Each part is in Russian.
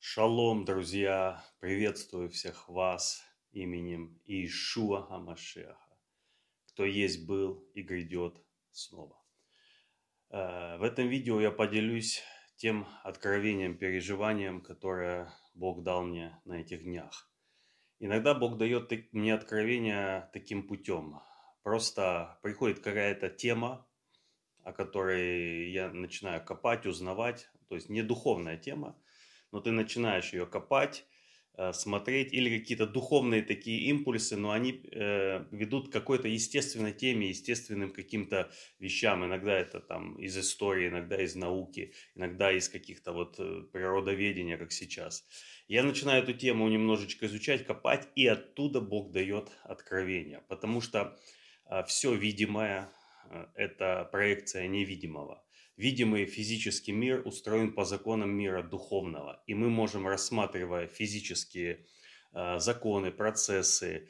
Шалом, друзья! Приветствую всех вас именем Иешуа Хамашеха, кто есть, был и грядет снова. В этом видео я поделюсь тем откровением, переживанием, которое Бог дал мне на этих днях. Иногда Бог дает мне откровения таким путем. Просто приходит какая-то тема, о которой я начинаю копать, узнавать. То есть не духовная тема, но ты начинаешь ее копать, смотреть, или какие-то духовные такие импульсы, но они ведут к какой-то естественной теме, естественным каким-то вещам. Иногда это там из истории, иногда из науки, иногда из каких-то вот природоведения, как сейчас. Я начинаю эту тему немножечко изучать, копать, и оттуда Бог дает откровение, потому что все видимое это проекция невидимого. Видимый физический мир устроен по законам мира духовного, и мы можем, рассматривая физические законы, процессы,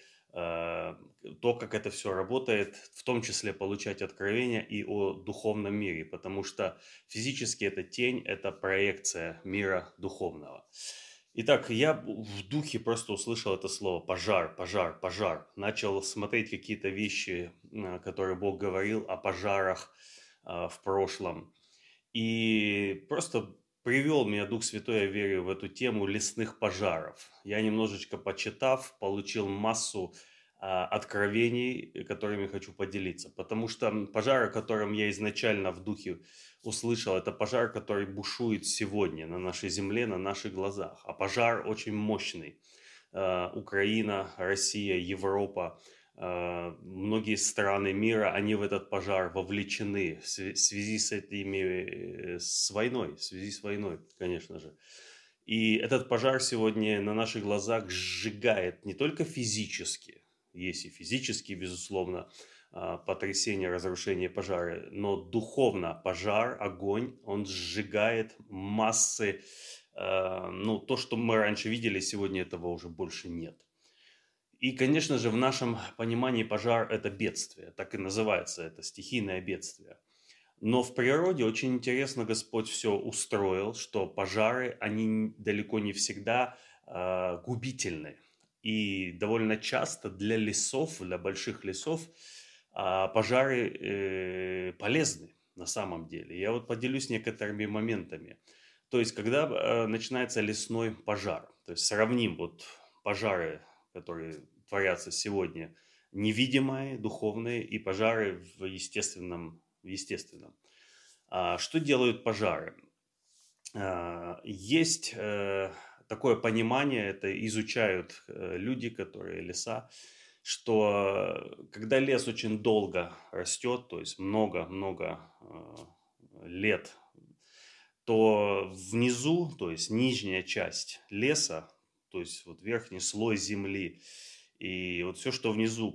то, как это все работает, в том числе получать откровения и о духовном мире, потому что физически это тень, это проекция мира духовного. Итак, я в духе просто услышал это слово «пожар», «пожар», «пожар». Начал смотреть какие-то вещи, которые Бог говорил о пожарах в прошлом. И просто привел меня Дух Святой, я верю, в эту тему лесных пожаров. Я немножечко почитав, получил массу откровений, которыми хочу поделиться. Потому что пожар, о котором я изначально в духе услышал, это пожар, который бушует сегодня на нашей земле, на наших глазах. А пожар очень мощный. Украина, Россия, Европа, многие страны мира, они в этот пожар вовлечены в связи с этими, с войной, в связи с войной, конечно же. И этот пожар сегодня на наших глазах сжигает не только физически, есть и физически, безусловно, потрясение, разрушение, пожары, но духовно пожар, огонь, он сжигает массы, то, что мы раньше видели, сегодня этого уже больше нет. И, конечно же, в нашем понимании пожар – это бедствие, так и называется, это стихийное бедствие. Но в природе очень интересно Господь все устроил, что пожары, они далеко не всегда губительны. И довольно часто для лесов, для больших лесов пожары полезны на самом деле. Я вот поделюсь некоторыми моментами. То есть, когда начинается лесной пожар, то есть сравним вот пожары, которые творятся сегодня, невидимые, духовные, и пожары в естественном. Что делают пожары? Есть такое понимание, это изучают люди, которые леса, что когда лес очень долго растет, то есть много-много лет, то внизу, то есть нижняя часть леса, то есть вот верхний слой земли, и вот все, что внизу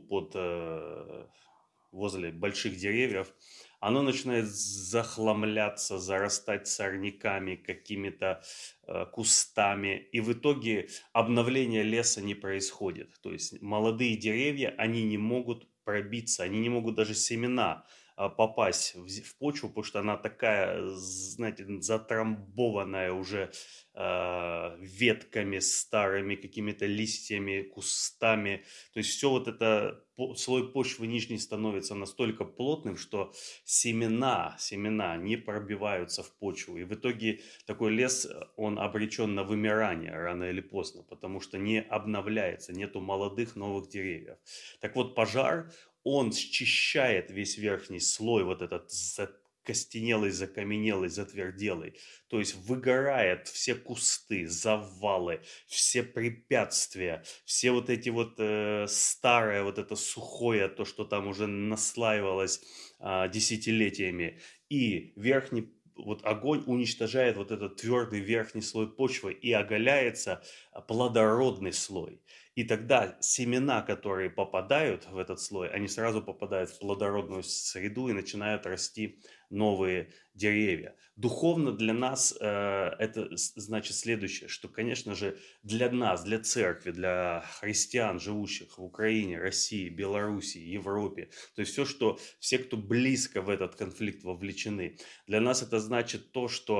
возле больших деревьев, оно начинает захламляться, зарастать сорняками, какими-то кустами, и в итоге обновление леса не происходит. То есть молодые деревья, они не могут пробиться, они не могут даже семена попасть в почву, потому что она такая, знаете, затрамбованная уже ветками старыми, какими-то листьями, кустами. То есть все вот это, слой почвы нижний становится настолько плотным, что семена не пробиваются в почву. И в итоге такой лес, он обречен на вымирание рано или поздно, потому что не обновляется, нету молодых новых деревьев. Так вот, пожар, он счищает весь верхний слой, вот этот закостенелый, закаменелый, затверделый. То есть выгорает все кусты, завалы, все препятствия, все вот эти вот старое, вот это сухое, то, что там уже наслаивалось десятилетиями. И верхний вот огонь уничтожает вот этот твердый верхний слой почвы, и оголяется плодородный слой. И тогда семена, которые попадают в этот слой, они сразу попадают в плодородную среду и начинают расти новые деревья. Духовно для нас это значит следующее, что, конечно же, для нас, для церкви, для христиан, живущих в Украине, России, Белоруссии, Европе, то есть все, кто близко в этот конфликт вовлечены, для нас это значит то, что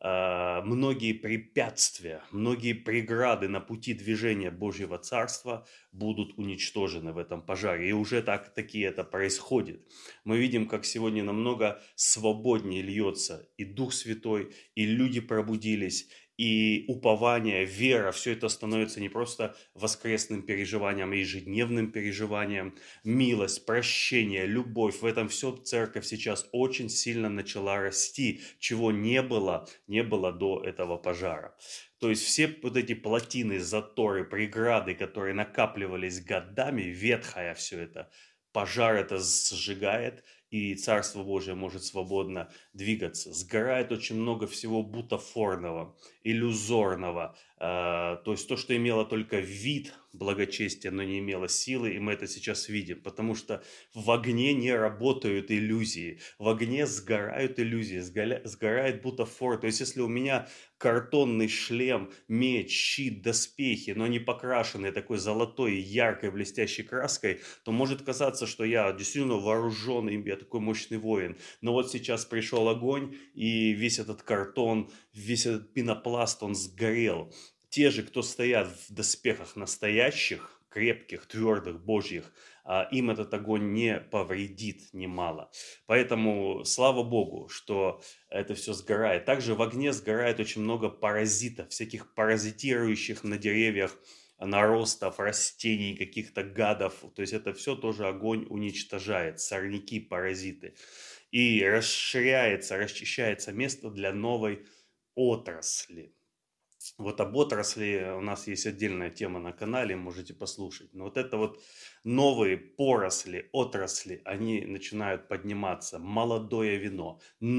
многие препятствия, многие преграды на пути движения Божьего Царства будут уничтожены в этом пожаре. И уже таки это происходит. Мы видим, как сегодня намного свободнее льется и Дух Святой, и люди пробудились, и упование, вера, все это становится не просто воскресным переживанием, а ежедневным переживанием. Милость, прощение, любовь, в этом все церковь сейчас очень сильно начала расти, чего не было до этого пожара. То есть все вот эти плотины, заторы, преграды, которые накапливались годами, ветхое все это, пожар это сжигает, и Царство Божие может свободно двигаться. Сгорает очень много всего бутафорного, иллюзорного, то есть то, что имело только вид благочестия, но не имело силы, и мы это сейчас видим, потому что в огне не работают иллюзии, в огне сгорают иллюзии, сгорает бутафор. То есть если у меня картонный шлем, меч, щит, доспехи, но не покрашенные такой золотой, яркой, блестящей краской, то может казаться, что я действительно вооруженный, я такой мощный воин. Но вот сейчас пришел огонь, и весь этот картон, весь этот пенопласт, он сгорел. Те же, кто стоят в доспехах настоящих, крепких, твердых, божьих, им этот огонь не повредит немало. Поэтому слава Богу, что это все сгорает. Также в огне сгорает очень много паразитов, всяких паразитирующих на деревьях наростов, растений, каких-то гадов. То есть это все тоже огонь уничтожает, сорняки, паразиты. И расширяется, расчищается место для новой отрасли. Вот об отрасли у нас есть отдельная тема на канале, можете послушать. Но вот это вот новые поросли, отрасли, они начинают подниматься. Молодое вино,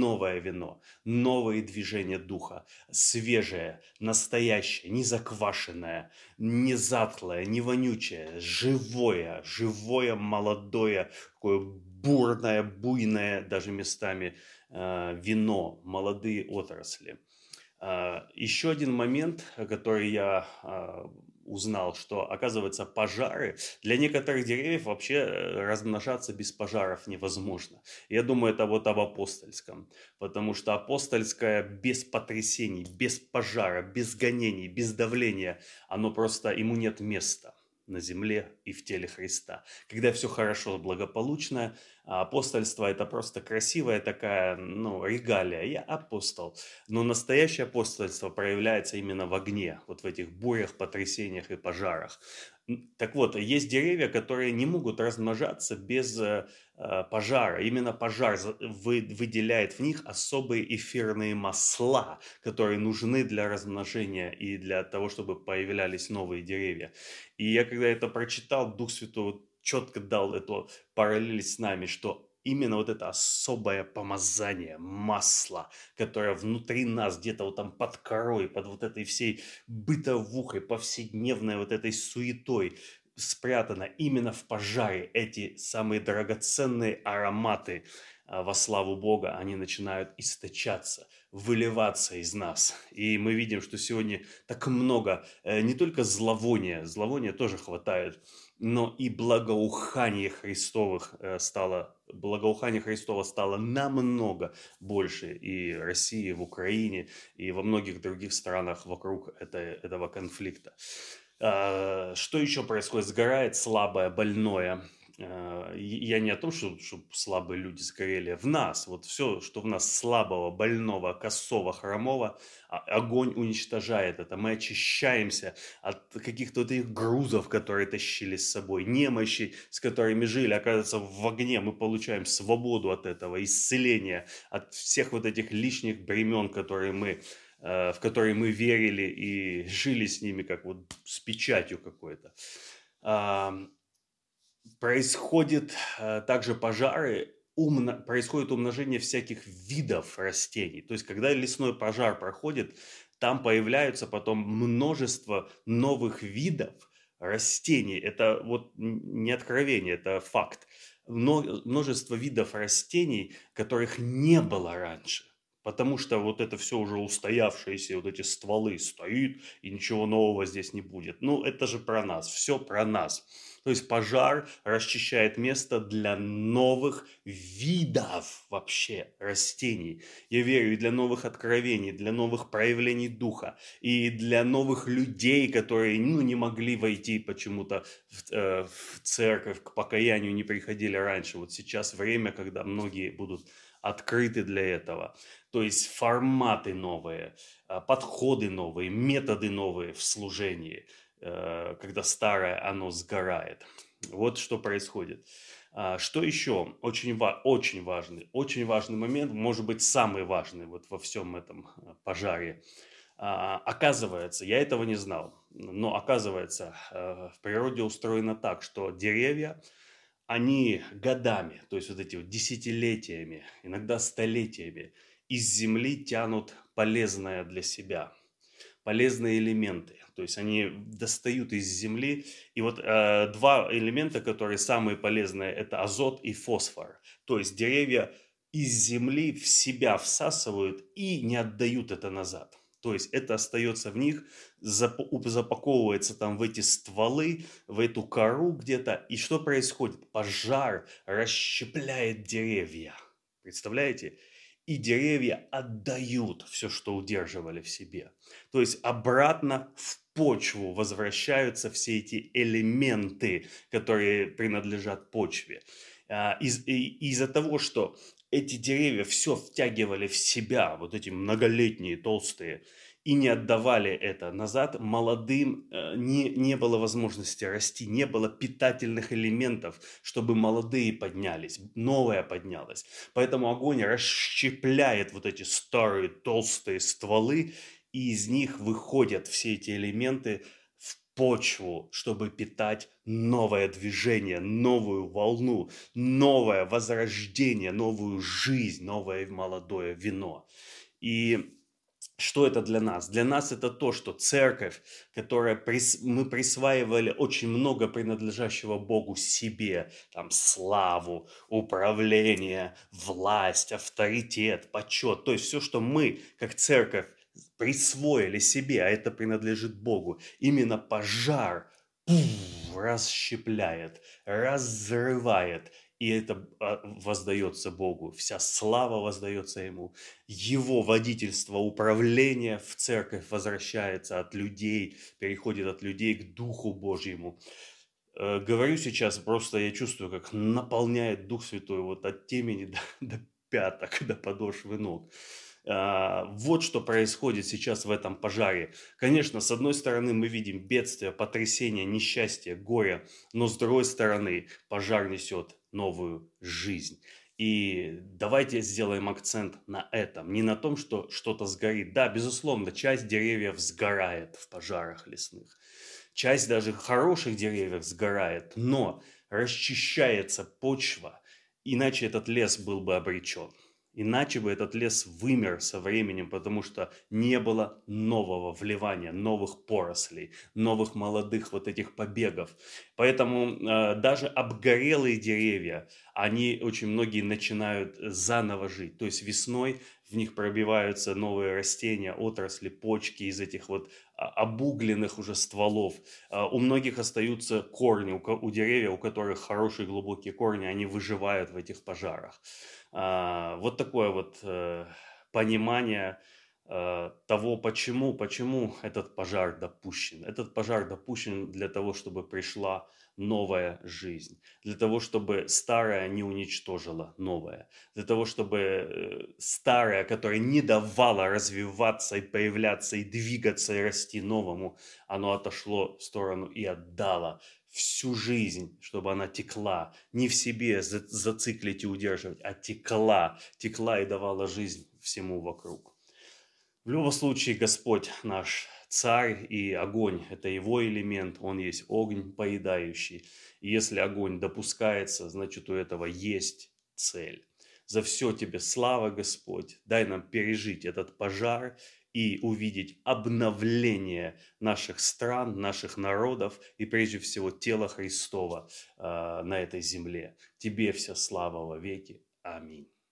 новые движения духа, свежее, настоящее, не заквашенное, не затхлое, не вонючее, живое, молодое, такое бурное, буйное даже местами вино, молодые отрасли. Еще один момент, который я узнал, что, оказывается, пожары, для некоторых деревьев вообще размножаться без пожаров невозможно. Я думаю, это вот об апостольском, потому что апостольское без потрясений, без пожара, без гонений, без давления, оно просто, ему нет места на земле и в теле Христа. Когда все хорошо, благополучно, а апостольство это просто красивая такая, регалия. Я апостол. Но настоящее апостольство проявляется именно в огне, вот в этих бурях, потрясениях и пожарах. Так вот, есть деревья, которые не могут размножаться без пожара. Именно пожар выделяет в них особые эфирные масла, которые нужны для размножения и для того, чтобы появлялись новые деревья. И я когда это прочитал, Дух Святой четко дал эту параллель с нами, что именно вот это особое помазание, масло, которое внутри нас, где-то вот там под корой, под вот этой всей бытовухой, повседневной вот этой суетой, спрятано именно в пожаре. Эти самые драгоценные ароматы во славу Бога, они начинают источаться, выливаться из нас. И мы видим, что сегодня так много не только зловония тоже хватает, но и благоухание Христово стало намного больше и в России, и в Украине, и во многих других странах вокруг этого конфликта. Что еще происходит? Сгорает слабое, больное. Я не о том, что слабые люди сгорели. В нас, вот все, что в нас слабого, больного, косого, хромого, огонь уничтожает это. Мы очищаемся от каких-то вот этих грузов, которые тащили с собой, немощи, с которыми жили. Оказывается, в огне мы получаем свободу от этого, исцеление от всех вот этих лишних бремен, в которые мы верили и жили с ними, как вот с печатью какой-то. Происходят также пожары, происходит умножение всяких видов растений. То есть, когда лесной пожар проходит, там появляются потом множество новых видов растений. Это вот не откровение, это факт. Множество видов растений, которых не было раньше. Потому что вот это все уже устоявшиеся, вот эти стволы стоит, и ничего нового здесь не будет. Это же про нас, все про нас. То есть пожар расчищает место для новых видов вообще растений. Я верю и для новых откровений, для новых проявлений духа, и для новых людей, которые не могли войти почему-то в церковь, к покаянию не приходили раньше. Вот сейчас время, когда многие будут открыты для этого. То есть форматы новые, подходы новые, методы новые в служении, когда старое, оно сгорает. Вот что происходит. Что еще? Очень важный момент, может быть, самый важный вот во всем этом пожаре. Оказывается, я этого не знал, но оказывается, в природе устроено так, что деревья, они годами, то есть вот эти вот десятилетиями, иногда столетиями из земли тянут полезное для себя, полезные элементы. То есть они достают из земли. И вот два элемента, которые самые полезные, это азот и фосфор. То есть деревья из земли в себя всасывают и не отдают это назад. То есть это остается в них, запаковывается там в эти стволы, в эту кору где-то. И что происходит? Пожар расщепляет деревья. Представляете? И деревья отдают все, что удерживали в себе. То есть обратно в почву возвращаются все эти элементы, которые принадлежат почве. Из-за того, что эти деревья все втягивали в себя, вот эти многолетние толстые, и не отдавали это назад, молодым не было возможности расти, не было питательных элементов, чтобы молодые поднялись, новое поднялось. Поэтому огонь расщепляет вот эти старые толстые стволы, и из них выходят все эти элементы в почву, чтобы питать новое движение, новую волну, новое возрождение, новую жизнь, новое молодое вино. И что это для нас? Для нас это то, что церковь, которая мы присваивали очень много принадлежащего Богу себе, там славу, управление, власть, авторитет, почет, то есть все, что мы, как церковь, присвоили себе, а это принадлежит Богу. Именно пожар расщепляет, разрывает, и это воздается Богу. Вся слава воздается Ему. Его водительство, управление в церковь возвращается от людей, переходит от людей к Духу Божьему. Говорю сейчас, просто я чувствую, как наполняет Дух Святой вот от темени до пяток, до подошвы ног. Вот что происходит сейчас в этом пожаре. Конечно, с одной стороны мы видим бедствие, потрясение, несчастье, горе, но с другой стороны пожар несет новую жизнь. И давайте сделаем акцент на этом, не на том, что что-то сгорит. Да, безусловно, часть деревьев сгорает в пожарах лесных, часть даже хороших деревьев сгорает, но расчищается почва, иначе этот лес был бы обречен. Иначе бы этот лес вымер со временем, потому что не было нового вливания, новых порослей, новых молодых вот этих побегов. Поэтому даже обгорелые деревья, они очень многие начинают заново жить. То есть весной в них пробиваются новые растения, отрасли, почки из этих вот обугленных уже стволов. У многих остаются корни, у деревьев, у которых хорошие глубокие корни, они выживают в этих пожарах. Вот такое вот понимание того, почему этот пожар допущен. Этот пожар допущен для того, чтобы пришла новая жизнь, для того, чтобы старое не уничтожило новое, для того, чтобы старое, которое не давало развиваться и появляться, и двигаться, и расти новому, оно отошло в сторону и отдало всю жизнь, чтобы она текла, не в себе зациклить и удерживать, а текла и давала жизнь всему вокруг. В любом случае, Господь наш Царь и огонь – это Его элемент, Он есть огонь поедающий. И если огонь допускается, значит, у этого есть цель. За все Тебе слава, Господь. Дай нам пережить этот пожар и увидеть обновление наших стран, наших народов и прежде всего тела Христова на этой земле. Тебе вся слава во веки. Аминь.